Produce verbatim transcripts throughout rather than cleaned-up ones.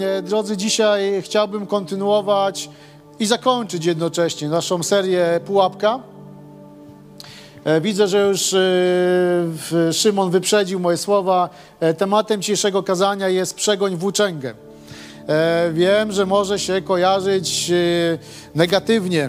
Drodzy, dzisiaj chciałbym kontynuować i zakończyć jednocześnie naszą serię Pułapka. Widzę, że już Szymon wyprzedził moje słowa. Tematem dzisiejszego kazania jest przegoń włóczęgę. Wiem, że może się kojarzyć negatywnie,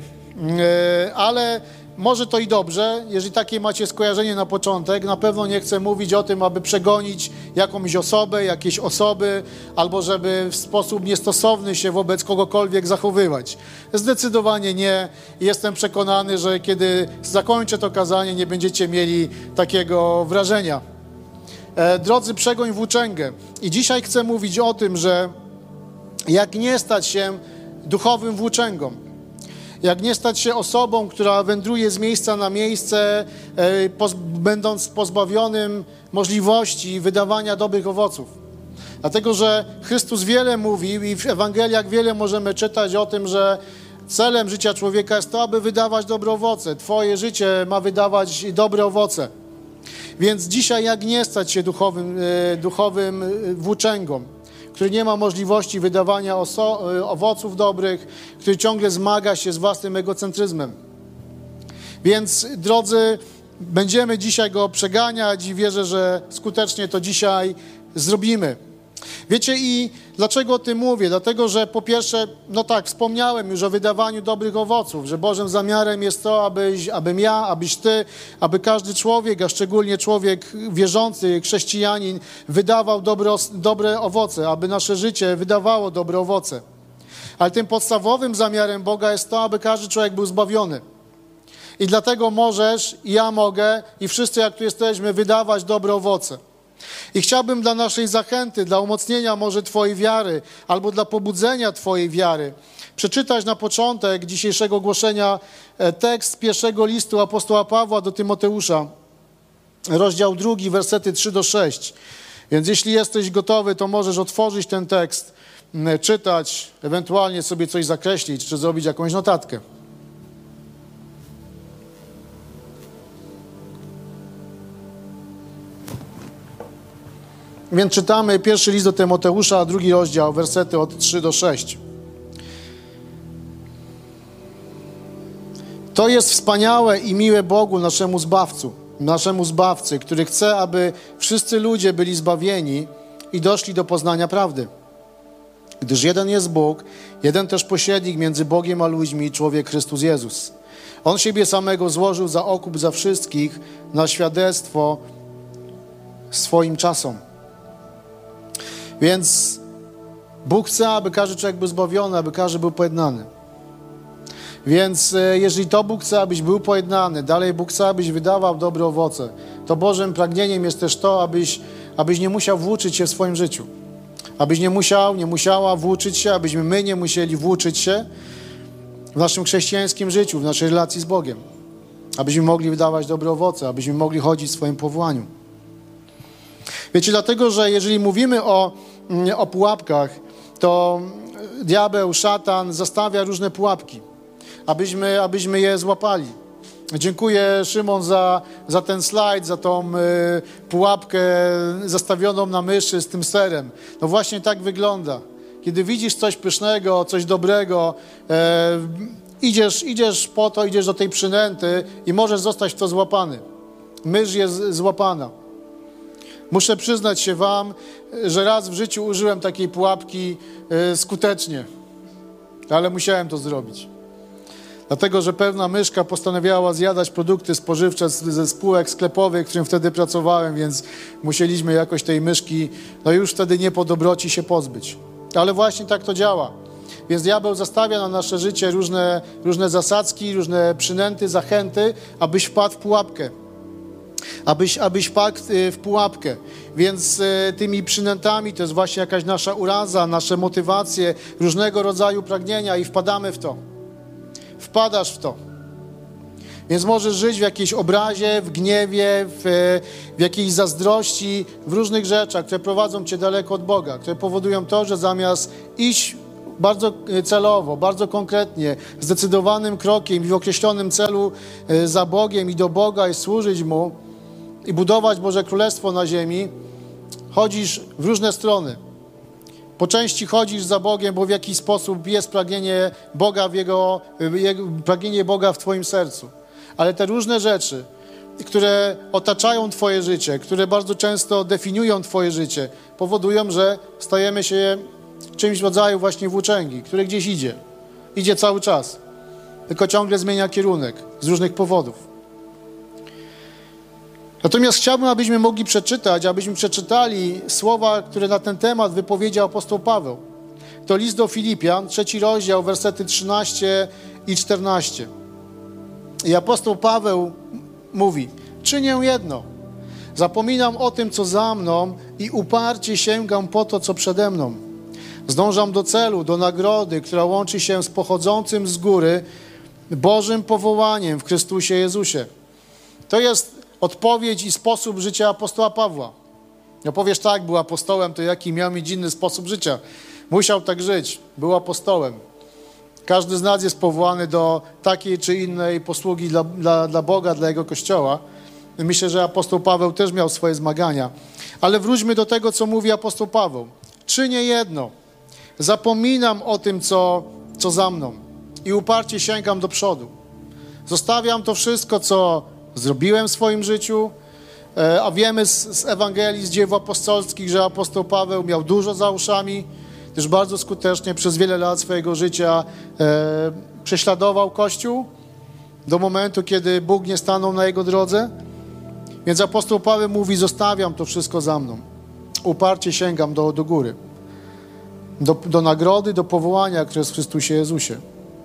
ale może to i dobrze. Jeżeli takie macie skojarzenie na początek, na pewno nie chcę mówić o tym, aby przegonić jakąś osobę, jakieś osoby, albo żeby w sposób niestosowny się wobec kogokolwiek zachowywać. Zdecydowanie nie. Jestem przekonany, że kiedy zakończę to kazanie, nie będziecie mieli takiego wrażenia. E, drodzy, przegoń włóczęgę. I dzisiaj chcę mówić o tym, że jak nie stać się duchowym włóczęgą, jak nie stać się osobą, która wędruje z miejsca na miejsce, e, poz, będąc pozbawionym możliwości wydawania dobrych owoców. Dlatego, że Chrystus wiele mówił i w Ewangeliach wiele możemy czytać o tym, że celem życia człowieka jest to, aby wydawać dobre owoce. Twoje życie ma wydawać dobre owoce. Więc dzisiaj jak nie stać się duchowym, e, duchowym włóczęgą, który nie ma możliwości wydawania owoców dobrych, który ciągle zmaga się z własnym egocentryzmem. Więc, drodzy, będziemy dzisiaj go przeganiać i wierzę, że skutecznie to dzisiaj zrobimy. Wiecie, i dlaczego o tym mówię? Dlatego, że po pierwsze, no tak, wspomniałem już o wydawaniu dobrych owoców, że Bożym zamiarem jest to, abyś, abym ja, abyś ty, aby każdy człowiek, a szczególnie człowiek wierzący, chrześcijanin, wydawał dobre, dobre owoce, aby nasze życie wydawało dobre owoce. Ale tym podstawowym zamiarem Boga jest to, aby każdy człowiek był zbawiony. I dlatego możesz, i ja mogę, i wszyscy, jak tu jesteśmy, wydawać dobre owoce. I chciałbym dla naszej zachęty, dla umocnienia może Twojej wiary, albo dla pobudzenia Twojej wiary, przeczytać na początek dzisiejszego głoszenia tekst pierwszego listu apostoła Pawła do Tymoteusza, rozdział drugi, wersety trzy do sześciu. Więc jeśli jesteś gotowy, to możesz otworzyć ten tekst, czytać, ewentualnie sobie coś zakreślić, czy zrobić jakąś notatkę. Więc czytamy pierwszy list do Tymoteusza, drugi rozdział, wersety od trzech do sześciu. To jest wspaniałe i miłe Bogu, naszemu Zbawcu, naszemu Zbawcy, który chce, aby wszyscy ludzie byli zbawieni i doszli do poznania prawdy. Gdyż jeden jest Bóg, jeden też pośrednik między Bogiem a ludźmi, człowiek Chrystus Jezus. On siebie samego złożył za okup za wszystkich, na świadectwo swoim czasom. Więc Bóg chce, aby każdy człowiek był zbawiony, aby każdy był pojednany. Więc jeżeli to Bóg chce, abyś był pojednany, dalej Bóg chce, abyś wydawał dobre owoce, to Bożym pragnieniem jest też to, abyś, abyś nie musiał włóczyć się w swoim życiu. Abyś nie musiał, nie musiała włóczyć się, abyśmy my nie musieli włóczyć się w naszym chrześcijańskim życiu, w naszej relacji z Bogiem. Abyśmy mogli wydawać dobre owoce, abyśmy mogli chodzić w swoim powołaniu. Wiecie, dlatego, że jeżeli mówimy o, o pułapkach, to diabeł, szatan zastawia różne pułapki, abyśmy, abyśmy je złapali. Dziękuję, Szymon, za, za ten slajd, za tą y, pułapkę zastawioną na myszy z tym serem. No właśnie tak wygląda. Kiedy widzisz coś pysznego, coś dobrego, e, idziesz, idziesz po to, idziesz do tej przynęty i możesz zostać w to złapany. Mysz jest złapana. Muszę przyznać się wam, że raz w życiu użyłem takiej pułapki y, skutecznie, ale musiałem to zrobić. Dlatego, że pewna myszka postanowiała zjadać produkty spożywcze z, ze spółek sklepowych, w którym wtedy pracowałem, więc musieliśmy jakoś tej myszki, no już wtedy nie po dobroci się pozbyć. Ale właśnie tak to działa. Więc diabeł zastawia na nasze życie różne, różne zasadzki, różne przynęty, zachęty, abyś wpadł w pułapkę. Abyś, abyś wpadł w pułapkę. Więc e, tymi przynętami to jest właśnie jakaś nasza uraza, nasze motywacje, różnego rodzaju pragnienia i wpadamy w to. Wpadasz w to. Więc możesz żyć w jakiejś obrazie, w gniewie, w, w jakiejś zazdrości, w różnych rzeczach, które prowadzą cię daleko od Boga, które powodują to, że zamiast iść bardzo celowo, bardzo konkretnie, zdecydowanym krokiem i w określonym celu za Bogiem i do Boga i służyć Mu i budować Boże Królestwo na ziemi, chodzisz w różne strony. Po części chodzisz za Bogiem, bo w jakiś sposób jest pragnienie Boga w jego, jego, pragnienie Boga w twoim sercu. Ale te różne rzeczy, które otaczają twoje życie, które bardzo często definiują twoje życie, powodują, że stajemy się czymś w rodzaju właśnie włóczęgi, który gdzieś idzie. Idzie cały czas. Tylko ciągle zmienia kierunek z różnych powodów. Natomiast chciałbym, abyśmy mogli przeczytać, abyśmy przeczytali słowa, które na ten temat wypowiedział apostoł Paweł. To list do Filipian, trzeci rozdział, wersety trzynaście i czternaście. I apostoł Paweł mówi: czynię jedno, zapominam o tym, co za mną i uparcie sięgam po to, co przede mną. Zdążam do celu, do nagrody, która łączy się z pochodzącym z góry Bożym powołaniem w Chrystusie Jezusie. To jest odpowiedź i sposób życia apostoła Pawła. No powiesz, tak, był apostołem, to jaki miał mieć inny sposób życia? Musiał tak żyć, był apostołem. Każdy z nas jest powołany do takiej czy innej posługi dla, dla, dla Boga, dla Jego Kościoła. Myślę, że apostoł Paweł też miał swoje zmagania. Ale wróćmy do tego, co mówi apostoł Paweł. Czynię jedno, zapominam o tym, co, co za mną i uparcie sięgam do przodu. Zostawiam to wszystko, co zrobiłem w swoim życiu, a wiemy z, z Ewangelii, z dzieł apostolskich, że apostoł Paweł miał dużo za uszami, też bardzo skutecznie przez wiele lat swojego życia e, prześladował Kościół do momentu, kiedy Bóg nie stanął na jego drodze. Więc apostoł Paweł mówi: zostawiam to wszystko za mną. Uparcie sięgam do, do góry. Do, do nagrody, do powołania, które jest w Chrystusie Jezusie.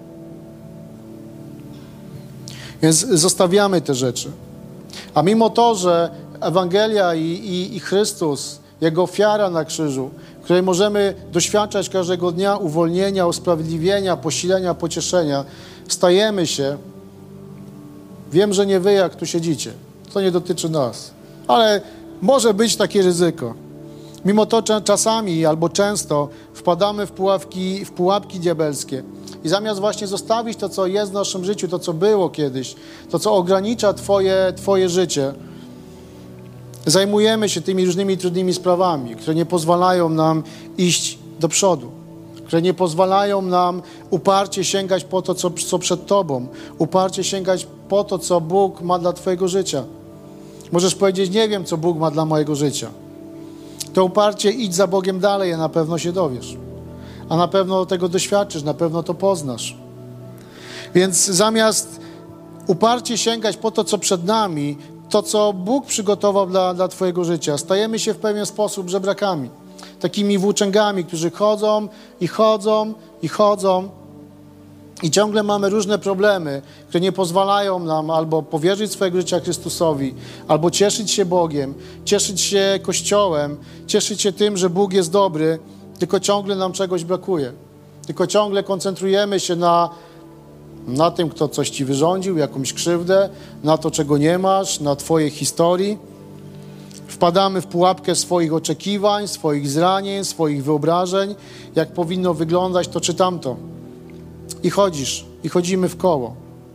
Więc zostawiamy te rzeczy. A mimo to, że Ewangelia i, i, i Chrystus, Jego ofiara na krzyżu, której możemy doświadczać każdego dnia uwolnienia, usprawiedliwienia, posilenia, pocieszenia, stajemy się, wiem, że nie wy, jak tu siedzicie, to nie dotyczy nas, ale może być takie ryzyko. Mimo to czasami albo często wpadamy w pułapki, w pułapki diabelskie i zamiast właśnie zostawić to, co jest w naszym życiu, to, co było kiedyś, to, co ogranicza twoje, twoje życie, zajmujemy się tymi różnymi trudnymi sprawami, które nie pozwalają nam iść do przodu, które nie pozwalają nam uparcie sięgać po to, co, co przed Tobą, uparcie sięgać po to, co Bóg ma dla Twojego życia. Możesz powiedzieć: nie wiem, co Bóg ma dla mojego życia. To uparcie idź za Bogiem dalej, a na pewno się dowiesz. A na pewno tego doświadczysz, na pewno to poznasz. Więc zamiast uparcie sięgać po to, co przed nami, to, co Bóg przygotował dla, dla Twojego życia, stajemy się w pewien sposób żebrakami. Takimi włóczęgami, którzy chodzą i chodzą i chodzą i ciągle mamy różne problemy, które nie pozwalają nam albo powierzyć swojego życia Chrystusowi, albo cieszyć się Bogiem, cieszyć się Kościołem, cieszyć się tym, że Bóg jest dobry, tylko ciągle nam czegoś brakuje. Tylko ciągle koncentrujemy się na, na tym, kto coś Ci wyrządził, jakąś krzywdę, na to, czego nie masz, na Twojej historii. Wpadamy w pułapkę swoich oczekiwań, swoich zranień, swoich wyobrażeń, jak powinno wyglądać to czy tamto. I chodzisz, i chodzimy w koło.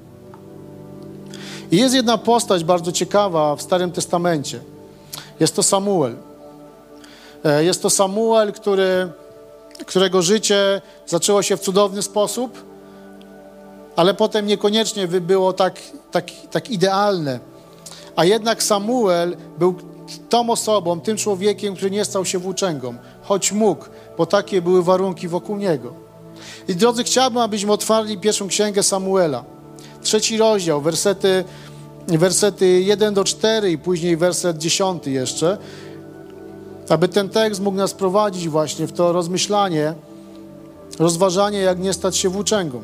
I jest jedna postać bardzo ciekawa w Starym Testamencie. Jest to Samuel. Jest to Samuel, który, którego życie zaczęło się w cudowny sposób, ale potem niekoniecznie było tak, tak, tak idealne. A jednak Samuel był tą osobą, tym człowiekiem, który nie stał się włóczęgą, choć mógł, bo takie były warunki wokół niego. I drodzy, chciałbym, abyśmy otwarli pierwszą księgę Samuela. Trzeci rozdział, wersety, wersety jeden do czterech i później werset dziesiąty jeszcze, aby ten tekst mógł nas prowadzić właśnie w to rozmyślanie, rozważanie, jak nie stać się włóczęgą.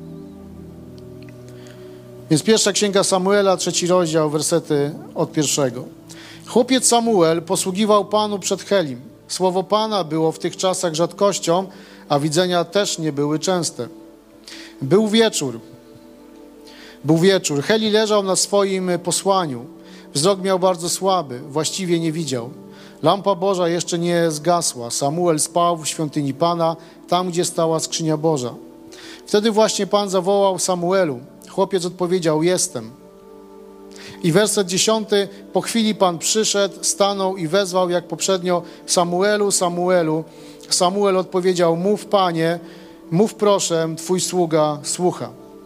Więc pierwsza księga Samuela, trzeci rozdział, wersety od pierwszego. Chłopiec Samuel posługiwał Panu przed Helim. Słowo Pana było w tych czasach rzadkością, a widzenia też nie były częste. Był wieczór. Był wieczór. Heli leżał na swoim posłaniu. Wzrok miał bardzo słaby, właściwie nie widział. Lampa Boża jeszcze nie zgasła. Samuel spał w świątyni Pana, tam, gdzie stała skrzynia Boża. Wtedy właśnie Pan zawołał Samuelu. Chłopiec odpowiedział: jestem. I werset dziesiąty. Po chwili Pan przyszedł, stanął i wezwał jak poprzednio: Samuelu, Samuelu. Samuel odpowiedział: mów, Panie, mów proszę, Twój sługa słucha.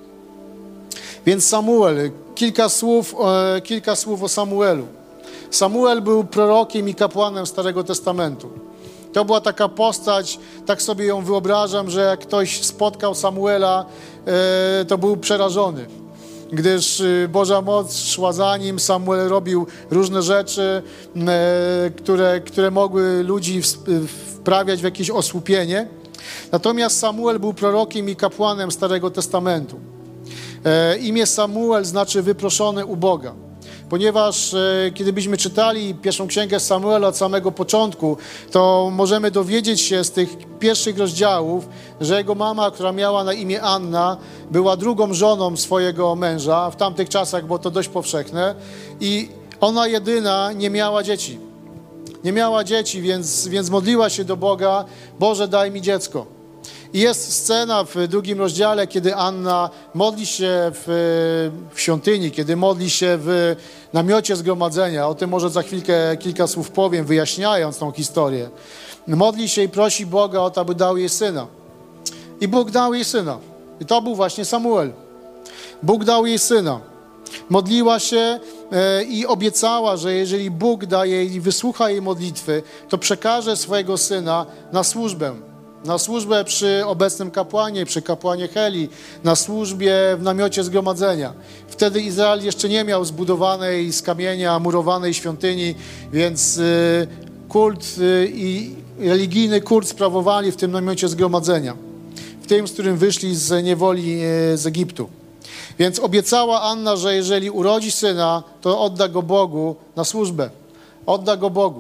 Więc Samuel, kilka słów, e, kilka słów o Samuelu. Samuel był prorokiem i kapłanem Starego Testamentu. To była taka postać, tak sobie ją wyobrażam, że jak ktoś spotkał Samuela, e, to był przerażony, gdyż Boża moc szła za nim. Samuel robił różne rzeczy, e, które, które mogły ludzi wprawiać w jakieś osłupienie. Natomiast Samuel był prorokiem i kapłanem Starego Testamentu. E, imię Samuel znaczy wyproszony u Boga. Ponieważ e, kiedy byśmy czytali pierwszą księgę Samuela od samego początku, to możemy dowiedzieć się z tych pierwszych rozdziałów, że jego mama, która miała na imię Anna, była drugą żoną swojego męża. W tamtych czasach było to dość powszechne i ona jedyna nie miała dzieci. Nie miała dzieci, więc, więc modliła się do Boga: Boże, daj mi dziecko. I jest scena w drugim rozdziale, kiedy Anna modli się w, w świątyni, kiedy modli się w namiocie zgromadzenia. O tym może za chwilkę kilka słów powiem, wyjaśniając tą historię. Modli się i prosi Boga o to, aby dał jej syna. I Bóg dał jej syna. I to był właśnie Samuel. Bóg dał jej syna. Modliła się e, i obiecała, że jeżeli Bóg da jej i wysłucha jej modlitwy, to przekaże swojego syna na służbę. Na służbę przy obecnym kapłanie, przy kapłanie Heli, na służbie w namiocie zgromadzenia. Wtedy Izrael jeszcze nie miał zbudowanej z kamienia, murowanej świątyni, więc y, kult y, i religijny kult sprawowali w tym namiocie zgromadzenia. W tym, z którym wyszli z niewoli y, z Egiptu. Więc obiecała Anna, że jeżeli urodzi syna, to odda go Bogu na służbę. Odda go Bogu.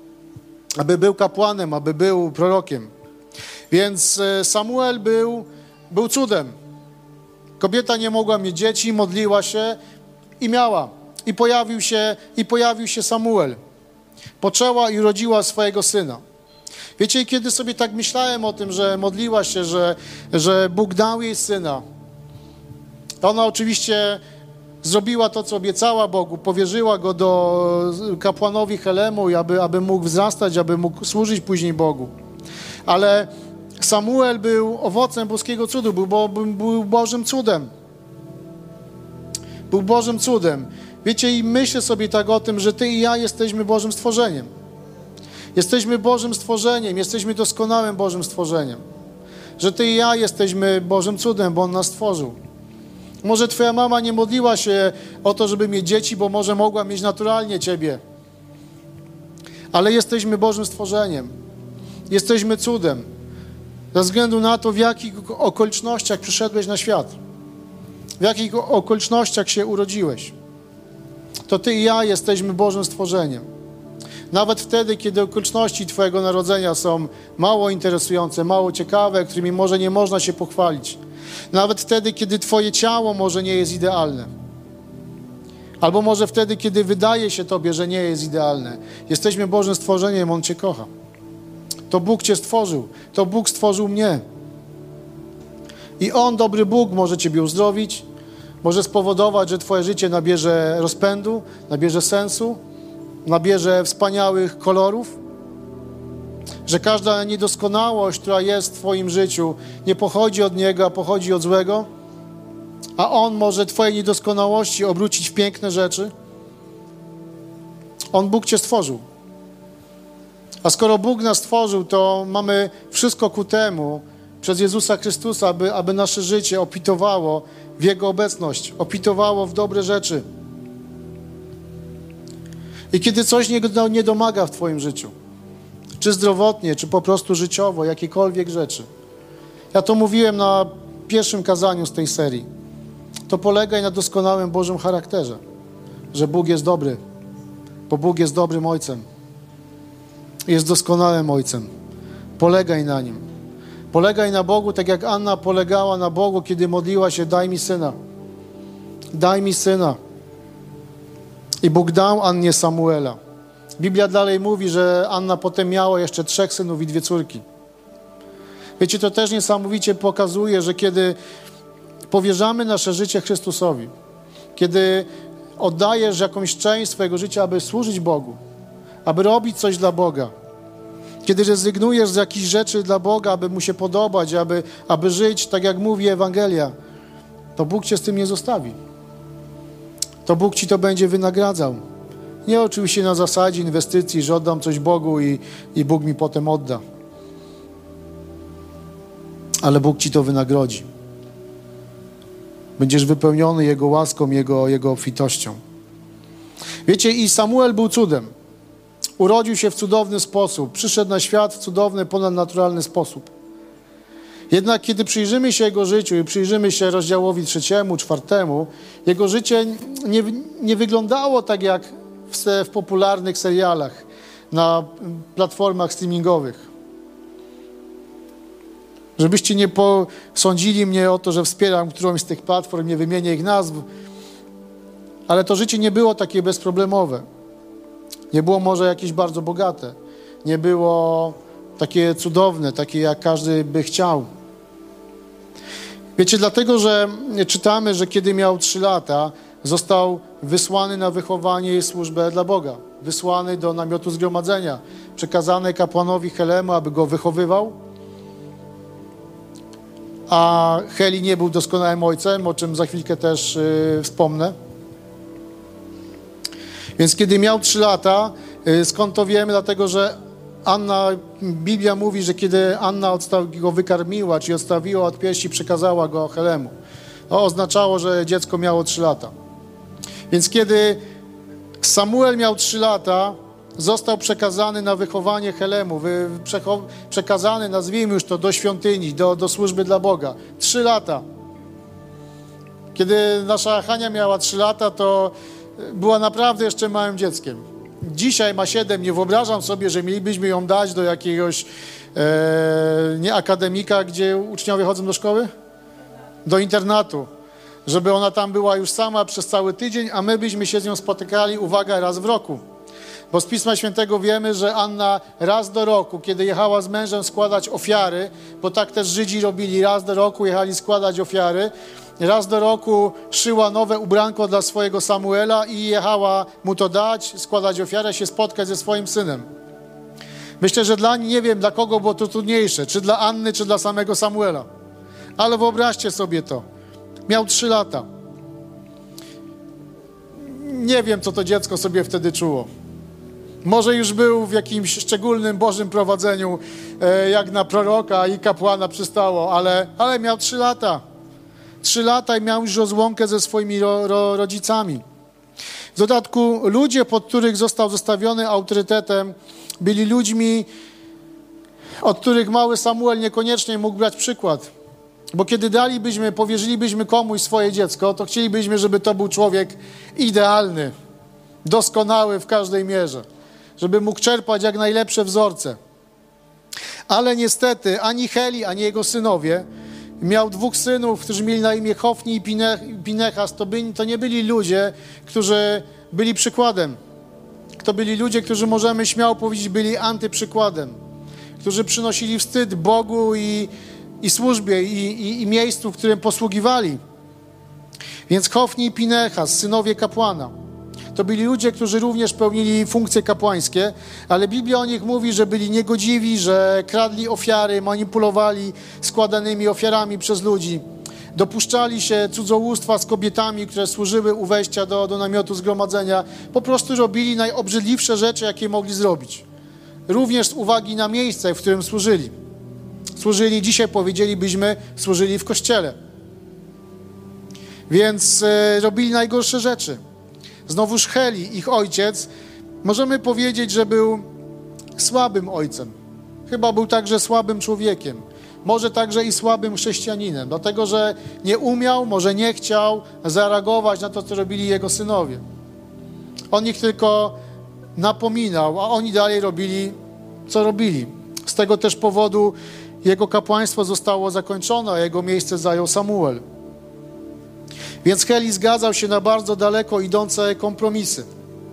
Aby był kapłanem, aby był prorokiem. Więc Samuel był, był cudem. Kobieta nie mogła mieć dzieci, modliła się i miała. I pojawił się, i pojawił się Samuel. Poczęła i urodziła swojego syna. Wiecie, kiedy sobie tak myślałem o tym, że modliła się, że, że Bóg dał jej syna, to ona oczywiście zrobiła to, co obiecała Bogu, powierzyła go do kapłanowi Helemu, aby, aby mógł wzrastać, aby mógł służyć później Bogu. Ale Samuel był owocem boskiego cudu, był, bo, był Bożym cudem. Był Bożym cudem. Wiecie, i myślę sobie tak o tym, że ty i ja jesteśmy Bożym stworzeniem. Jesteśmy Bożym stworzeniem, jesteśmy doskonałym Bożym stworzeniem. Że ty i ja jesteśmy Bożym cudem, bo On nas stworzył. Może twoja mama nie modliła się o to, żeby mieć dzieci, bo może mogła mieć naturalnie ciebie. Ale jesteśmy Bożym stworzeniem. Jesteśmy cudem. Ze względu na to, w jakich okolicznościach przyszedłeś na świat. W jakich okolicznościach się urodziłeś. To ty i ja jesteśmy Bożym stworzeniem. Nawet wtedy, kiedy okoliczności twojego narodzenia są mało interesujące, mało ciekawe, którymi może nie można się pochwalić. Nawet wtedy, kiedy twoje ciało może nie jest idealne. Albo może wtedy, kiedy wydaje się tobie, że nie jest idealne. Jesteśmy Bożym stworzeniem, On cię kocha. To Bóg cię stworzył. To Bóg stworzył mnie. I On, dobry Bóg, może ciebie uzdrowić, może spowodować, że twoje życie nabierze rozpędu, nabierze sensu, nabierze wspaniałych kolorów, że każda niedoskonałość, która jest w twoim życiu, nie pochodzi od Niego, a pochodzi od złego, a On może twoje niedoskonałości obrócić w piękne rzeczy. On, Bóg cię stworzył. A skoro Bóg nas stworzył, to mamy wszystko ku temu, przez Jezusa Chrystusa, aby, aby nasze życie opitowało w Jego obecność, opitowało w dobre rzeczy. I kiedy coś nie, nie domaga w twoim życiu, czy zdrowotnie, czy po prostu życiowo, jakiekolwiek rzeczy. Ja to mówiłem na pierwszym kazaniu z tej serii. To polegaj na doskonałym Bożym charakterze, że Bóg jest dobry, bo Bóg jest dobrym Ojcem. Jest doskonałym Ojcem. Polegaj na Nim. Polegaj na Bogu, tak jak Anna polegała na Bogu, kiedy modliła się: daj mi syna. Daj mi syna. I Bóg dał Annie Samuela. Biblia dalej mówi, że Anna potem miała jeszcze trzech synów i dwie córki. Wiecie, to też niesamowicie pokazuje, że kiedy powierzamy nasze życie Chrystusowi, kiedy oddajesz jakąś część swojego życia, aby służyć Bogu, aby robić coś dla Boga, Kiedy rezygnujesz z jakichś rzeczy dla Boga, aby Mu się podobać, aby, aby żyć, tak jak mówi Ewangelia, to Bóg cię z tym nie zostawi. To Bóg ci to będzie wynagradzał. Nie oczywiście na zasadzie inwestycji, że oddam coś Bogu i, i Bóg mi potem odda. Ale Bóg ci to wynagrodzi. Będziesz wypełniony Jego łaską, Jego, Jego obfitością. Wiecie, i Samuel był cudem. Urodził się w cudowny sposób. Przyszedł na świat w cudowny, ponadnaturalny sposób. Jednak kiedy przyjrzymy się Jego życiu i przyjrzymy się rozdziałowi trzeciemu, czwartemu, Jego życie nie, nie wyglądało tak jak w, w popularnych serialach na platformach streamingowych. Żebyście nie posądzili mnie o to, że wspieram którąś z tych platform, nie wymienię ich nazw, ale to życie nie było takie bezproblemowe. Nie było może jakieś bardzo bogate. Nie było takie cudowne, takie jak każdy by chciał. Wiecie, dlatego, że czytamy, że kiedy miał trzy lata, został wysłany na wychowanie i służbę dla Boga. Wysłany do namiotu zgromadzenia. Przekazany kapłanowi Helemu, aby go wychowywał. A Heli nie był doskonałym ojcem, o czym za chwilkę też yy, wspomnę. Więc kiedy miał trzy lata, yy, skąd to wiemy? Dlatego, że Anna, Biblia mówi, że kiedy Anna odstaw, go wykarmiła, czyli odstawiła od piersi, przekazała go Helemu. To oznaczało, że dziecko miało trzy lata. Więc kiedy Samuel miał trzy lata, został przekazany na wychowanie Helemu, wy, przecho, przekazany, nazwijmy już to, do świątyni, do, do służby dla Boga. Trzy lata. Kiedy nasza Hania miała trzy lata, to była naprawdę jeszcze małym dzieckiem. Dzisiaj ma siedem, nie wyobrażam sobie, że mielibyśmy ją dać do jakiegoś e, nie akademika, gdzie uczniowie chodzą do szkoły? Do internatu. Żeby ona tam była już sama przez cały tydzień, a my byśmy się z nią spotykali, uwaga, raz w roku. Bo z Pisma Świętego wiemy, że Anna raz do roku, kiedy jechała z mężem składać ofiary, bo tak też Żydzi robili, raz do roku jechali składać ofiary, raz do roku szyła nowe ubranko dla swojego Samuela i jechała mu to dać, składać ofiarę, się spotkać ze swoim synem. Myślę, że dla, nie wiem, dla kogo było to trudniejsze, czy dla Anny, czy dla samego Samuela. Ale wyobraźcie sobie to. Miał trzy lata. Nie wiem, co to dziecko sobie wtedy czuło. Może już był w jakimś szczególnym Bożym prowadzeniu, e, jak na proroka i kapłana przystało, ale, ale miał trzy lata. Trzy lata i miał już rozłąkę ze swoimi ro, ro, rodzicami. W dodatku ludzie, pod których został zostawiony autorytetem, byli ludźmi, od których mały Samuel niekoniecznie mógł brać przykład. Bo kiedy dalibyśmy, powierzylibyśmy komuś swoje dziecko, to chcielibyśmy, żeby to był człowiek idealny, doskonały w każdej mierze, żeby mógł czerpać jak najlepsze wzorce. Ale niestety ani Heli, ani jego synowie, miał dwóch synów, którzy mieli na imię Hofni i Pinechas, to, by, to nie byli ludzie, którzy byli przykładem. To byli ludzie, którzy możemy śmiało powiedzieć, byli antyprzykładem, którzy przynosili wstyd Bogu i, i służbie, i, i, i miejscu, w którym posługiwali. Więc Hofni i Pinechas, synowie kapłana, to byli ludzie, którzy również pełnili funkcje kapłańskie, ale Biblia o nich mówi, że byli niegodziwi, że kradli ofiary, manipulowali składanymi ofiarami przez ludzi. Dopuszczali się cudzołóstwa z kobietami, które służyły u wejścia do, do namiotu zgromadzenia. Po prostu robili najobrzydliwsze rzeczy, jakie mogli zrobić. Również z uwagi na miejsce, w którym służyli. Służyli, dzisiaj powiedzielibyśmy, służyli w kościele. Więc e, robili najgorsze rzeczy. Znowuż Heli, ich ojciec, możemy powiedzieć, że był słabym ojcem. Chyba był także słabym człowiekiem. Może także i słabym chrześcijaninem, dlatego że nie umiał, może nie chciał zareagować na to, co robili jego synowie. On ich tylko napominał, a oni dalej robili, co robili. Z tego też powodu jego kapłaństwo zostało zakończone, a jego miejsce zajął Samuel. Więc Heli zgadzał się na bardzo daleko idące kompromisy.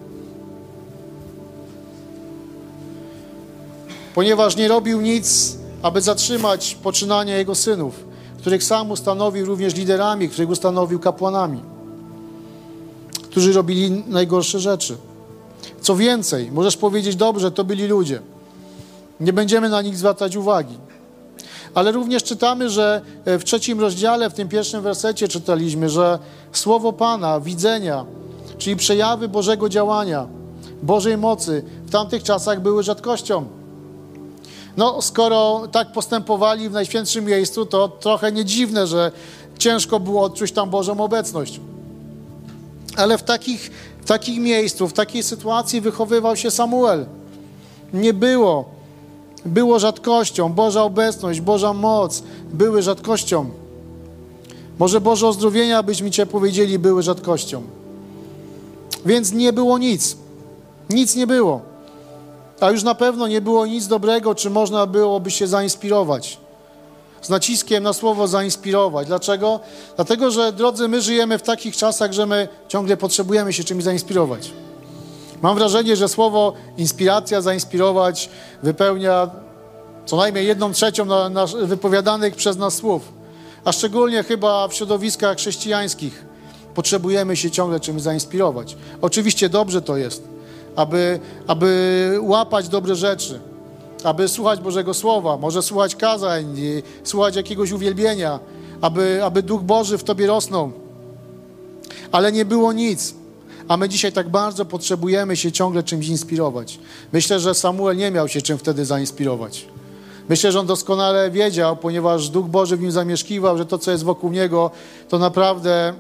Ponieważ nie robił nic, aby zatrzymać poczynania jego synów, których sam ustanowił również liderami, których ustanowił kapłanami, którzy robili najgorsze rzeczy. Co więcej, możesz powiedzieć, dobrze, to byli ludzie. Nie będziemy na nich zwracać uwagi. Ale również czytamy, że w trzecim rozdziale, w tym pierwszym wersecie czytaliśmy, że słowo Pana, widzenia, czyli przejawy Bożego działania, Bożej mocy w tamtych czasach były rzadkością. No, skoro tak postępowali w Najświętszym miejscu, to trochę nie dziwne, że ciężko było odczuć tam Bożą obecność. Ale w takich, w takich miejscu, w takiej sytuacji wychowywał się Samuel. Nie było. Było rzadkością. Boża obecność, Boża moc były rzadkością. Może Boże uzdrowienia, byśmy Cię powiedzieli, były rzadkością. Więc nie było nic. Nic nie było. A już na pewno nie było nic dobrego, czy można byłoby się zainspirować. Z naciskiem na słowo zainspirować. Dlaczego? Dlatego, że drodzy, my żyjemy w takich czasach, że my ciągle potrzebujemy się czymś zainspirować. Mam wrażenie, że słowo inspiracja, zainspirować wypełnia co najmniej jedną trzecią na, na wypowiadanych przez nas słów. A szczególnie chyba w środowiskach chrześcijańskich potrzebujemy się ciągle czymś zainspirować. Oczywiście dobrze to jest, aby, aby łapać dobre rzeczy, aby słuchać Bożego Słowa, może słuchać kazań, słuchać jakiegoś uwielbienia, aby, aby Duch Boży w Tobie rosnął. Ale nie było nic. A my dzisiaj tak bardzo potrzebujemy się ciągle czymś inspirować. Myślę, że Samuel nie miał się czym wtedy zainspirować. Myślę, że on doskonale wiedział, ponieważ Duch Boży w nim zamieszkiwał, że to, co jest wokół niego, to naprawdę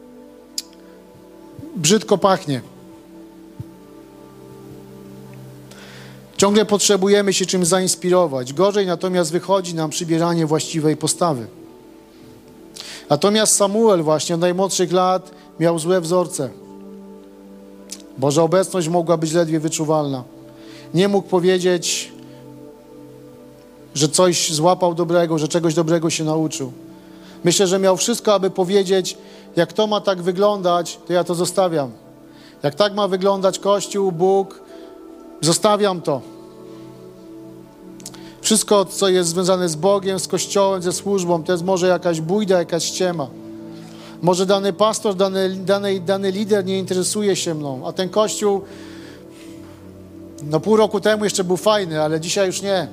brzydko pachnie. Ciągle potrzebujemy się czymś zainspirować. Gorzej natomiast wychodzi nam przybieranie właściwej postawy. Natomiast Samuel właśnie od najmłodszych lat miał złe wzorce. Boża obecność mogła być ledwie wyczuwalna. Nie mógł powiedzieć, że coś złapał dobrego, że czegoś dobrego się nauczył. Myślę, że miał wszystko, aby powiedzieć, jak to ma tak wyglądać, to ja to zostawiam. Jak tak ma wyglądać Kościół, Bóg, zostawiam to. Wszystko, co jest związane z Bogiem, z Kościołem, ze służbą, to jest może jakaś bójda, jakaś ściema. Może dany pastor, dany, dany, dany lider nie interesuje się mną, a ten Kościół, no pół roku temu jeszcze był fajny, ale dzisiaj już nie.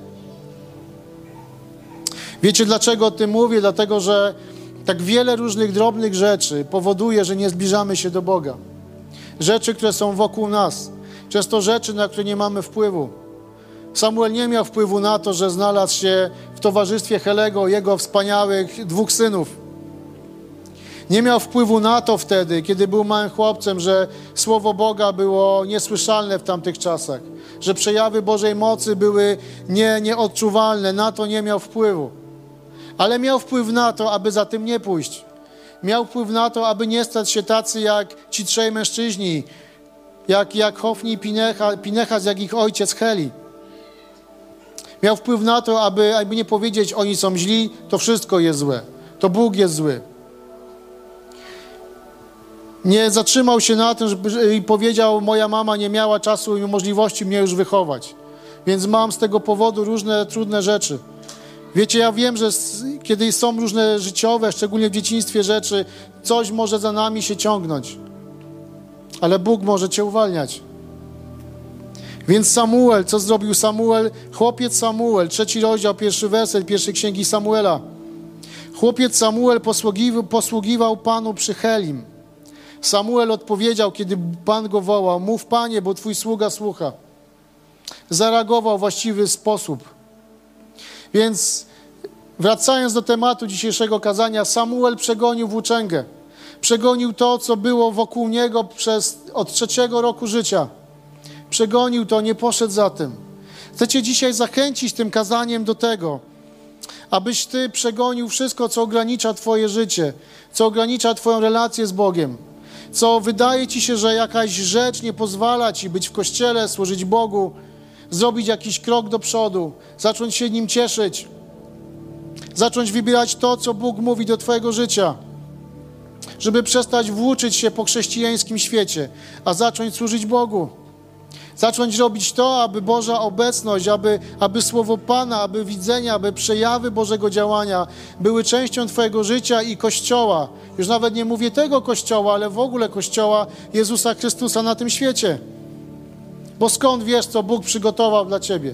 Wiecie, dlaczego o tym mówię? Dlatego, że tak wiele różnych drobnych rzeczy powoduje, że nie zbliżamy się do Boga. Rzeczy, które są wokół nas. Często rzeczy, na które nie mamy wpływu. Samuel nie miał wpływu na to, że znalazł się w towarzystwie Helego, jego wspaniałych dwóch synów. Nie miał wpływu na to wtedy, kiedy był małym chłopcem, że Słowo Boga było niesłyszalne w tamtych czasach, że przejawy Bożej mocy były nie, nieodczuwalne. Na to nie miał wpływu. Ale miał wpływ na to, aby za tym nie pójść. Miał wpływ na to, aby nie stać się tacy jak ci trzej mężczyźni, jak, jak Hofni i Pinecha, Pinechas, jak ich ojciec Heli. Miał wpływ na to, aby, aby nie powiedzieć, oni są źli, to wszystko jest złe. To Bóg jest zły. Nie zatrzymał się na tym żeby, i powiedział, moja mama nie miała czasu i możliwości mnie już wychować. Więc mam z tego powodu różne trudne rzeczy. Wiecie, ja wiem, że kiedy są różne życiowe, szczególnie w dzieciństwie rzeczy, coś może za nami się ciągnąć. Ale Bóg może cię uwalniać. Więc Samuel, co zrobił Samuel? Chłopiec Samuel, trzeci rozdział, pierwszy werset pierwszej księgi Samuela. Chłopiec Samuel posługiwał, posługiwał Panu przy Helim. Samuel odpowiedział, kiedy Pan go wołał, mów Panie, bo Twój sługa słucha. Zareagował w właściwy sposób. Więc wracając do tematu dzisiejszego kazania, Samuel przegonił włóczęgę. Przegonił to, co było wokół niego przez, od trzeciego roku życia. Przegonił to, nie poszedł za tym. Chcę Cię dzisiaj zachęcić tym kazaniem do tego, abyś Ty przegonił wszystko, co ogranicza Twoje życie, co ogranicza Twoją relację z Bogiem, co wydaje Ci się, że jakaś rzecz nie pozwala Ci być w Kościele, służyć Bogu, zrobić jakiś krok do przodu, zacząć się nim cieszyć, zacząć wybierać to, co Bóg mówi do Twojego życia, żeby przestać włóczyć się po chrześcijańskim świecie, a zacząć służyć Bogu. Zacząć robić to, aby Boża obecność, aby, aby Słowo Pana, aby widzenia, aby przejawy Bożego działania były częścią Twojego życia i Kościoła. Już nawet nie mówię tego Kościoła, ale w ogóle Kościoła Jezusa Chrystusa na tym świecie. Bo skąd wiesz, co Bóg przygotował dla Ciebie?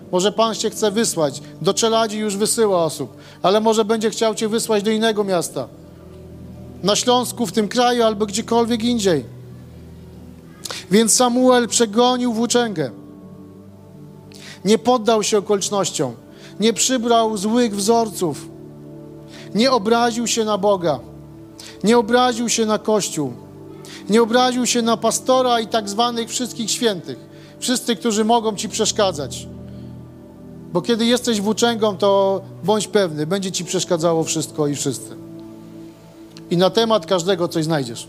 Może Pan Cię chce wysłać. Do Czeladzi już wysyła osób, ale może będzie chciał Cię wysłać do innego miasta. Na Śląsku, w tym kraju, albo gdziekolwiek indziej. Więc Samuel przegonił włóczęgę. Nie poddał się okolicznościom. Nie przybrał złych wzorców. Nie obraził się na Boga. Nie obraził się na Kościół. Nie obraził się na pastora i tak zwanych wszystkich świętych. Wszyscy, którzy mogą Ci przeszkadzać. Bo kiedy jesteś włóczęgą, to bądź pewny, będzie Ci przeszkadzało wszystko i wszyscy. I na temat każdego coś znajdziesz.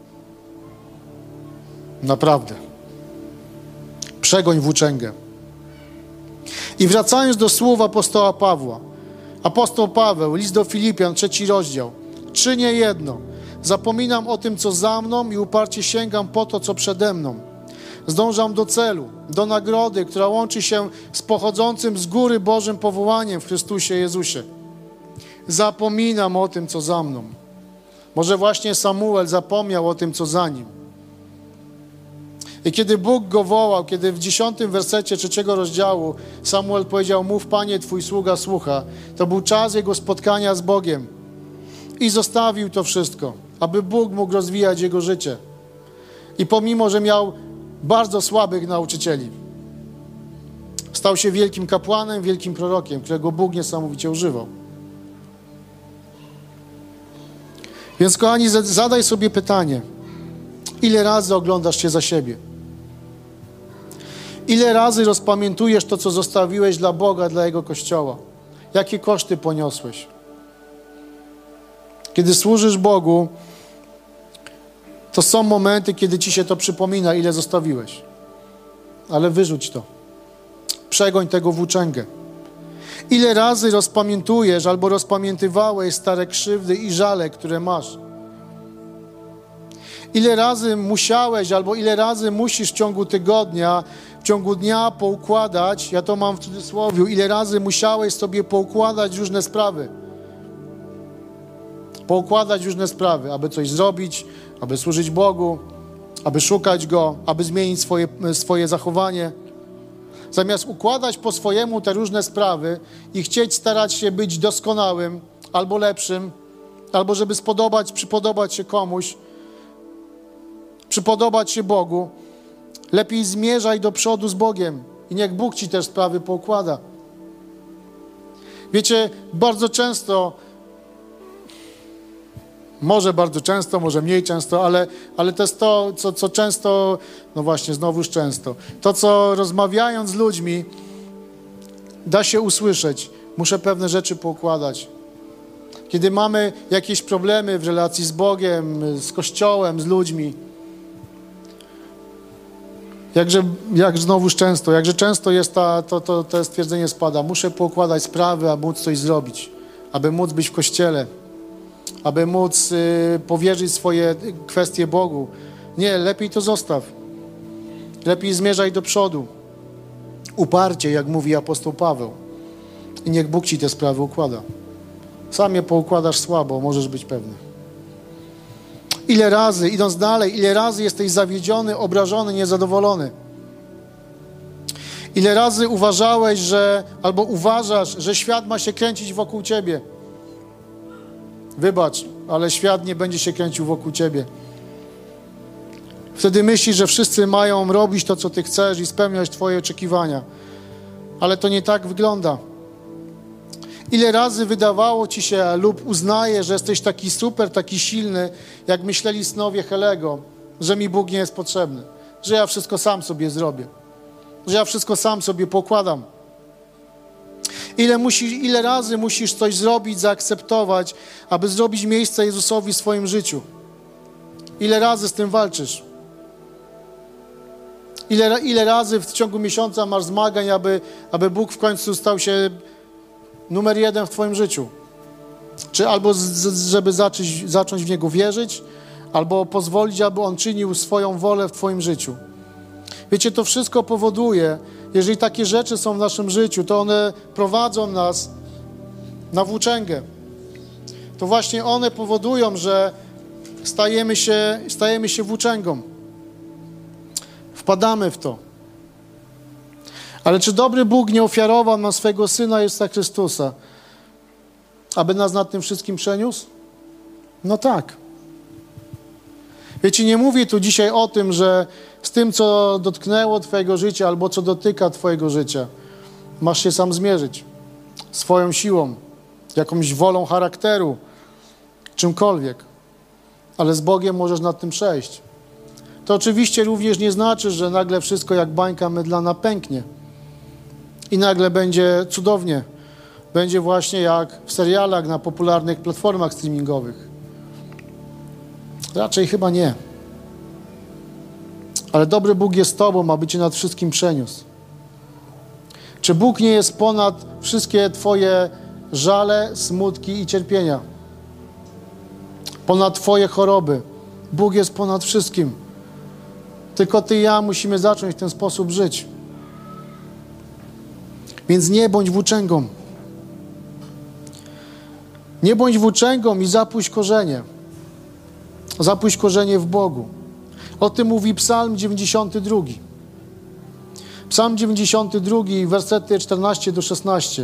Naprawdę. Przegoń włóczęgę. I wracając do słów apostoła Pawła. Apostoł Paweł, list do Filipian, trzeci rozdział. Czynię jedno. Zapominam o tym, co za mną i uparcie sięgam po to, co przede mną. Zdążam do celu, do nagrody, która łączy się z pochodzącym z góry Bożym powołaniem w Chrystusie Jezusie. Zapominam o tym, co za mną. Może właśnie Samuel zapomniał o tym, co za nim. I kiedy Bóg go wołał, kiedy w dziesiątym wersecie trzeciego rozdziału Samuel powiedział: mów, Panie, Twój sługa słucha, to był czas jego spotkania z Bogiem. I zostawił to wszystko, aby Bóg mógł rozwijać jego życie. I pomimo, że miał bardzo słabych nauczycieli, stał się wielkim kapłanem, wielkim prorokiem, którego Bóg niesamowicie używał. Więc, kochani, zadaj sobie pytanie, ile razy oglądasz się za siebie? Ile razy rozpamiętujesz to, co zostawiłeś dla Boga, dla Jego Kościoła? Jakie koszty poniosłeś? Kiedy służysz Bogu, to są momenty, kiedy Ci się to przypomina, ile zostawiłeś. Ale wyrzuć to. Przegoń tego włóczęgę. Ile razy rozpamiętujesz albo rozpamiętywałeś stare krzywdy i żale, które masz? Ile razy musiałeś albo ile razy musisz w ciągu tygodnia, w ciągu dnia poukładać, ja to mam w cudzysłowiu, ile razy musiałeś sobie poukładać różne sprawy. Poukładać różne sprawy, aby coś zrobić, aby służyć Bogu, aby szukać Go, aby zmienić swoje, swoje zachowanie. Zamiast układać po swojemu te różne sprawy i chcieć starać się być doskonałym albo lepszym, albo żeby spodobać, przypodobać się komuś, przypodobać się Bogu, lepiej zmierzaj do przodu z Bogiem i niech Bóg Ci też sprawy poukłada. Wiecie, bardzo często, może bardzo często, może mniej często, ale, ale to jest to, co, co często, no właśnie, znowuż często, to, co rozmawiając z ludźmi, da się usłyszeć, muszę pewne rzeczy poukładać. Kiedy mamy jakieś problemy w relacji z Bogiem, z Kościołem, z ludźmi, jakże, jak znowuż często, jakże często jest ta, to, to, to stwierdzenie spada, muszę poukładać sprawy, aby móc coś zrobić, aby móc być w Kościele, aby móc y, powierzyć swoje kwestie Bogu. Nie, lepiej to zostaw. Lepiej zmierzaj do przodu. Uparcie, jak mówi apostoł Paweł. I niech Bóg Ci te sprawy układa. Sam je poukładasz słabo, możesz być pewny. Ile razy, idąc dalej, ile razy jesteś zawiedziony, obrażony, niezadowolony? Ile razy uważałeś, że, albo uważasz, że świat ma się kręcić wokół Ciebie? Wybacz, ale świat nie będzie się kręcił wokół Ciebie. Wtedy myślisz, że wszyscy mają robić to, co Ty chcesz i spełniać Twoje oczekiwania. Ale to nie tak wygląda. Ile razy wydawało Ci się lub uznajesz, że jesteś taki super, taki silny, jak myśleli synowie Helego, że mi Bóg nie jest potrzebny, że ja wszystko sam sobie zrobię, że ja wszystko sam sobie pokładam. Ile, musisz, ile razy musisz coś zrobić, zaakceptować, aby zrobić miejsce Jezusowi w swoim życiu? Ile razy z tym walczysz? Ile, ile razy w ciągu miesiąca masz zmagań, aby, aby Bóg w końcu stał się numer jeden w Twoim życiu? Czy albo z, żeby zacząć, zacząć w Niego wierzyć, albo pozwolić, aby On czynił swoją wolę w Twoim życiu. Wiecie, to wszystko powoduje, jeżeli takie rzeczy są w naszym życiu, to one prowadzą nas na włóczęgę. To właśnie one powodują, że stajemy się, stajemy się włóczęgą. Wpadamy w to. Ale czy dobry Bóg nie ofiarował nam swego Syna Jezusa Chrystusa, aby nas nad tym wszystkim przeniósł? No tak. Wiecie, nie mówię tu dzisiaj o tym, że z tym, co dotknęło Twojego życia albo co dotyka Twojego życia, masz się sam zmierzyć swoją siłą, jakąś wolą charakteru, czymkolwiek. Ale z Bogiem możesz nad tym przejść. To oczywiście również nie znaczy, że nagle wszystko jak bańka mydlana pęknie. I nagle będzie cudownie. Będzie właśnie jak w serialach na popularnych platformach streamingowych. Raczej chyba nie. Ale dobry Bóg jest Tobą, aby Cię nad wszystkim przeniósł. Czy Bóg nie jest ponad wszystkie Twoje żale, smutki i cierpienia? Ponad Twoje choroby. Bóg jest ponad wszystkim. Tylko Ty i ja musimy zacząć w ten sposób żyć. Więc nie bądź włóczęgą. Nie bądź włóczęgą i zapuść korzenie. Zapuść korzenie w Bogu. O tym mówi Psalm dziewięćdziesiąty drugi. Psalm dziewięćdziesiąty drugi, wersety czternaście do szesnastu.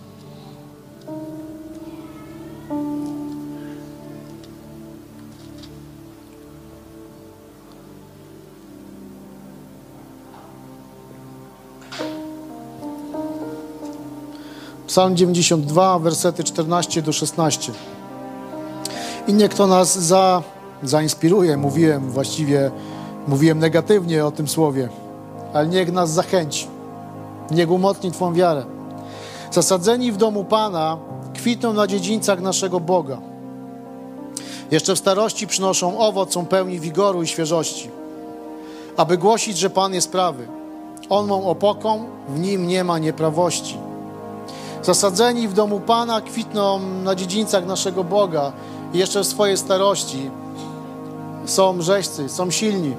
Psalm dziewięćdziesiąty drugi, wersety czternaście do szesnastu. I niech to nas za, zainspiruje. Mówiłem właściwie, mówiłem negatywnie o tym słowie, ale niech nas zachęci. Niech umocni Twą wiarę. Zasadzeni w domu Pana kwitną na dziedzińcach naszego Boga. Jeszcze w starości przynoszą owoc, są pełni wigoru i świeżości, aby głosić, że Pan jest prawy. On mą opoką, w Nim nie ma nieprawości. Zasadzeni w domu Pana kwitną na dziedzińcach naszego Boga i jeszcze w swojej starości są rzeźcy, są silni.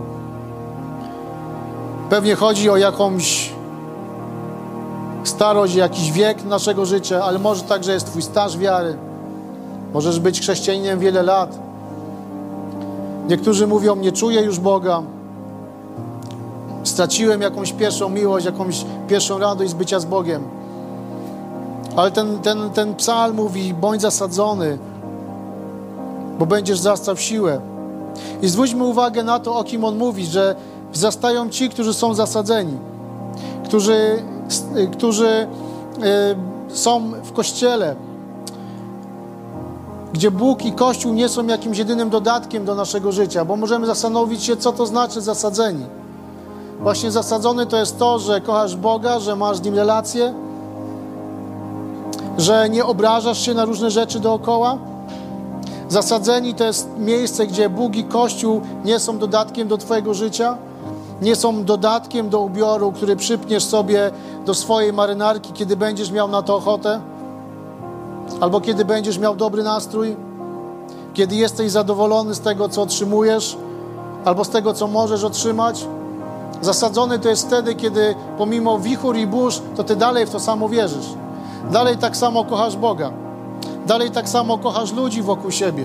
Pewnie chodzi o jakąś starość, jakiś wiek naszego życia, ale może także jest Twój staż wiary. Możesz być chrześcijaninem wiele lat. Niektórzy mówią, nie czuję już Boga. Straciłem jakąś pierwszą miłość, jakąś pierwszą radość z bycia z Bogiem. Ale ten, ten, ten psalm mówi, bądź zasadzony, bo będziesz zastał siłę. I zwróćmy uwagę na to, o kim on mówi, że wzrastają ci, którzy są zasadzeni, którzy, którzy y, są w Kościele, gdzie Bóg i Kościół nie są jakimś jedynym dodatkiem do naszego życia, bo możemy zastanowić się, co to znaczy zasadzeni. Właśnie zasadzony to jest to, że kochasz Boga, że masz z Nim relacje, że nie obrażasz się na różne rzeczy dookoła. Zasadzeni to jest miejsce, gdzie Bóg i Kościół nie są dodatkiem do Twojego życia, nie są dodatkiem do ubioru, który przypniesz sobie do swojej marynarki, kiedy będziesz miał na to ochotę, albo kiedy będziesz miał dobry nastrój, kiedy jesteś zadowolony z tego, co otrzymujesz, albo z tego, co możesz otrzymać. Zasadzony to jest wtedy, kiedy pomimo wichur i burz, to Ty dalej w to samo wierzysz. Dalej tak samo kochasz Boga. Dalej tak samo kochasz ludzi wokół siebie.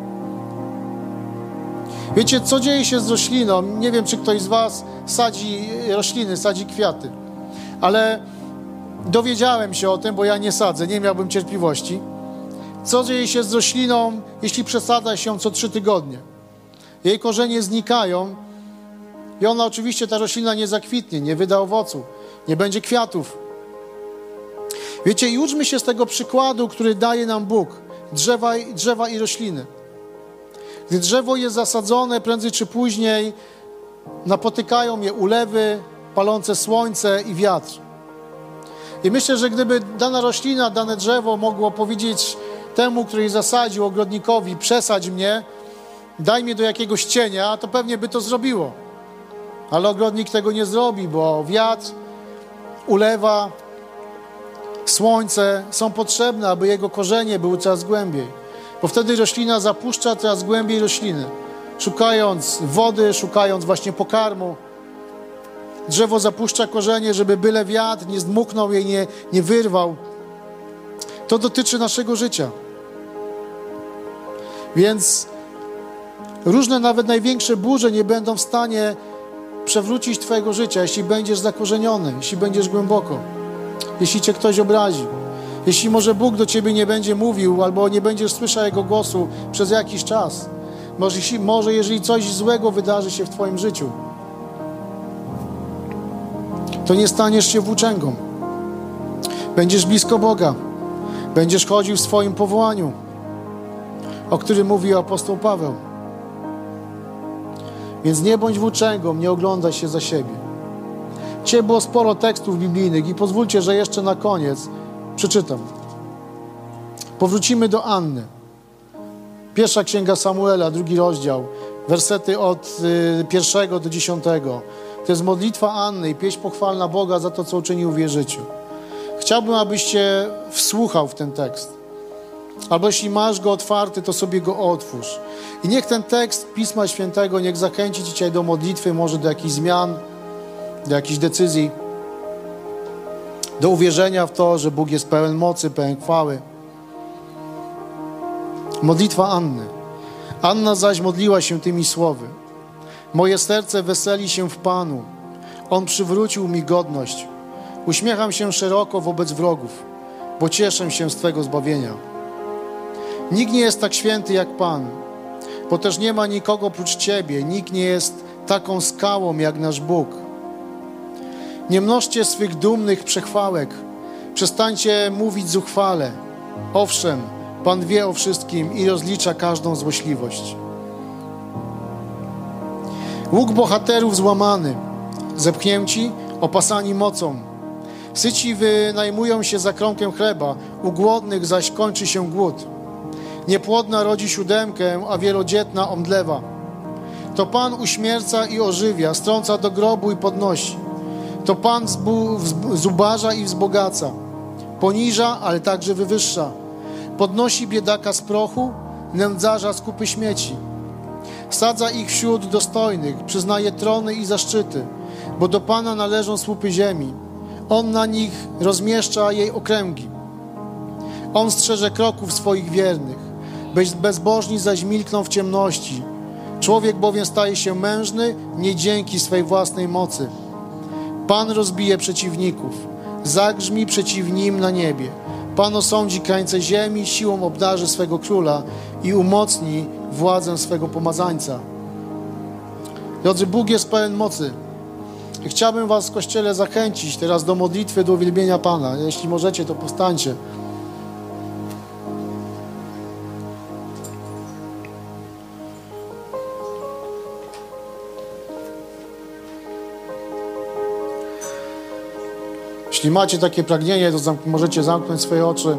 Wiecie, co dzieje się z rośliną? Nie wiem, czy ktoś z Was sadzi rośliny, sadzi kwiaty. Ale dowiedziałem się o tym, bo ja nie sadzę, nie miałbym cierpliwości. Co dzieje się z rośliną, jeśli przesadza się ją co trzy tygodnie? Jej korzenie znikają i ona oczywiście, ta roślina nie zakwitnie, nie wyda owocu, nie będzie kwiatów. Wiecie, i uczmy się z tego przykładu, który daje nam Bóg, drzewa, drzewa i rośliny. Gdy drzewo jest zasadzone, prędzej czy później napotykają je ulewy, palące słońce i wiatr. I myślę, że gdyby dana roślina, dane drzewo mogło powiedzieć temu, który je zasadził, ogrodnikowi, przesadź mnie, daj mnie do jakiegoś cienia, to pewnie by to zrobiło. Ale ogrodnik tego nie zrobi, bo wiatr, ulewa, słońce są potrzebne, aby jego korzenie były coraz głębiej. Bo wtedy roślina zapuszcza coraz głębiej rośliny, szukając wody, szukając właśnie pokarmu. Drzewo zapuszcza korzenie, żeby byle wiatr nie zdmuchnął jej, nie, nie wyrwał. To dotyczy naszego życia. Więc różne, nawet największe burze nie będą w stanie przewrócić Twojego życia, jeśli będziesz zakorzeniony, jeśli będziesz głęboko, jeśli Cię ktoś obraził, jeśli może Bóg do Ciebie nie będzie mówił albo nie będziesz słyszał Jego głosu przez jakiś czas. Może, może jeżeli coś złego wydarzy się w Twoim życiu, to nie staniesz się włóczęgą. Będziesz blisko Boga. Będziesz chodził w swoim powołaniu, o którym mówi apostoł Paweł. Więc nie bądź włóczęgą, nie oglądaj się za siebie. Dzisiaj było sporo tekstów biblijnych i pozwólcie, że jeszcze na koniec przeczytam. Powrócimy do Anny. Pierwsza księga Samuela, drugi rozdział, wersety od y, pierwszego do dziesiątego. To jest modlitwa Anny i pieśń pochwalna Boga za to, co uczynił w jej życiu. Chciałbym, abyście wsłuchał w ten tekst. Albo jeśli masz go otwarty, to sobie go otwórz. I niech ten tekst Pisma Świętego niech zachęci Cię dzisiaj do modlitwy, może do jakichś zmian, do jakichś decyzji, do uwierzenia w to, że Bóg jest pełen mocy, pełen chwały. Modlitwa Anny. Anna zaś modliła się tymi słowy. Moje serce weseli się w Panu. On przywrócił mi godność. Uśmiecham się szeroko wobec wrogów, bo cieszę się z Twego zbawienia. Nikt nie jest tak święty jak Pan, bo też nie ma nikogo prócz Ciebie. Nikt nie jest taką skałą jak nasz Bóg. Nie mnożcie swych dumnych przechwałek. Przestańcie mówić zuchwale. Owszem, Pan wie o wszystkim i rozlicza każdą złośliwość. Łuk bohaterów złamany, zepchnięci, opasani mocą. Syci wynajmują się za kromkiem chleba, u głodnych zaś kończy się głód. Niepłodna rodzi siódemkę, a wielodzietna omdlewa. To Pan uśmierca i ożywia, strąca do grobu i podnosi. To Pan zbu, zubaża i wzbogaca. Poniża, ale także wywyższa. Podnosi biedaka z prochu, nędzarza z kupy śmieci. Sadza ich wśród dostojnych, przyznaje trony i zaszczyty, bo do Pana należą słupy ziemi. On na nich rozmieszcza jej okręgi. On strzeże kroków swoich wiernych. Bezbożni zaś milkną w ciemności. Człowiek bowiem staje się mężny nie dzięki swej własnej mocy. Pan rozbije przeciwników. Zagrzmi przeciw nim na niebie. Pan osądzi krańce ziemi, siłą obdarzy swego króla i umocni władzę swego pomazańca. Drodzy, Bóg jest pełen mocy. I chciałbym was w Kościele zachęcić teraz do modlitwy, do uwielbienia Pana. Jeśli możecie, to powstańcie. Jeśli macie takie pragnienie, to zamk- możecie zamknąć swoje oczy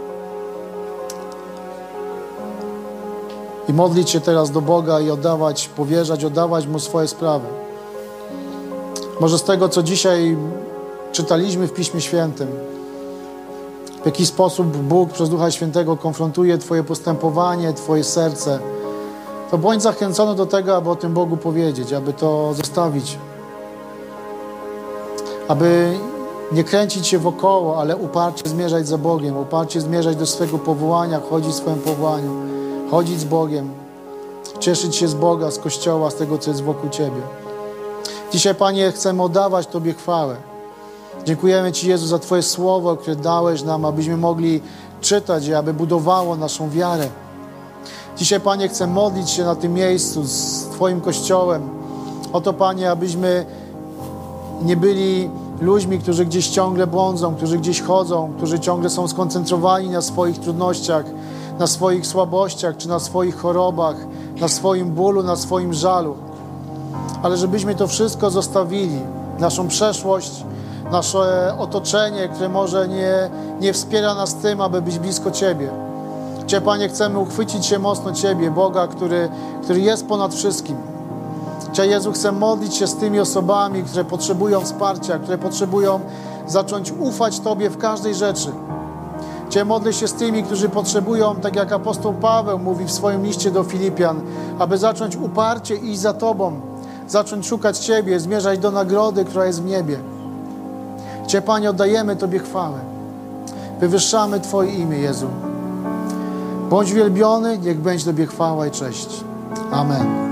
i modlić się teraz do Boga i oddawać, powierzać, oddawać Mu swoje sprawy. Może z tego, co dzisiaj czytaliśmy w Piśmie Świętym, w jaki sposób Bóg przez Ducha Świętego konfrontuje Twoje postępowanie, Twoje serce, to bądź zachęcony do tego, aby o tym Bogu powiedzieć, aby to zostawić, aby nie kręcić się wokoło, ale uparcie zmierzać za Bogiem, uparcie zmierzać do swego powołania, chodzić w swoim powołaniu, chodzić z Bogiem, cieszyć się z Boga, z Kościoła, z tego, co jest wokół Ciebie. Dzisiaj, Panie, chcemy oddawać Tobie chwałę. Dziękujemy Ci, Jezu, za Twoje słowo, które dałeś nam, abyśmy mogli czytać je, aby budowało naszą wiarę. Dzisiaj, Panie, chcę modlić się na tym miejscu z Twoim Kościołem. O to, Panie, abyśmy nie byli ludźmi, którzy gdzieś ciągle błądzą, którzy gdzieś chodzą, którzy ciągle są skoncentrowani na swoich trudnościach, na swoich słabościach, czy na swoich chorobach, na swoim bólu, na swoim żalu. Ale żebyśmy to wszystko zostawili, naszą przeszłość, nasze otoczenie, które może nie, nie wspiera nas tym, aby być blisko Ciebie. Cię, Panie, chcemy uchwycić się mocno Ciebie, Boga, który, który jest ponad wszystkim. Cię, Jezu, chcę modlić się z tymi osobami, które potrzebują wsparcia, które potrzebują zacząć ufać Tobie w każdej rzeczy. Cię, modlę się z tymi, którzy potrzebują, tak jak apostoł Paweł mówi w swoim liście do Filipian, aby zacząć uparcie iść za Tobą, zacząć szukać Ciebie, zmierzać do nagrody, która jest w niebie. Cię, Panie, oddajemy Tobie chwałę. Wywyższamy Twoje imię, Jezu. Bądź wielbiony, niech będzie Tobie chwała i cześć. Amen.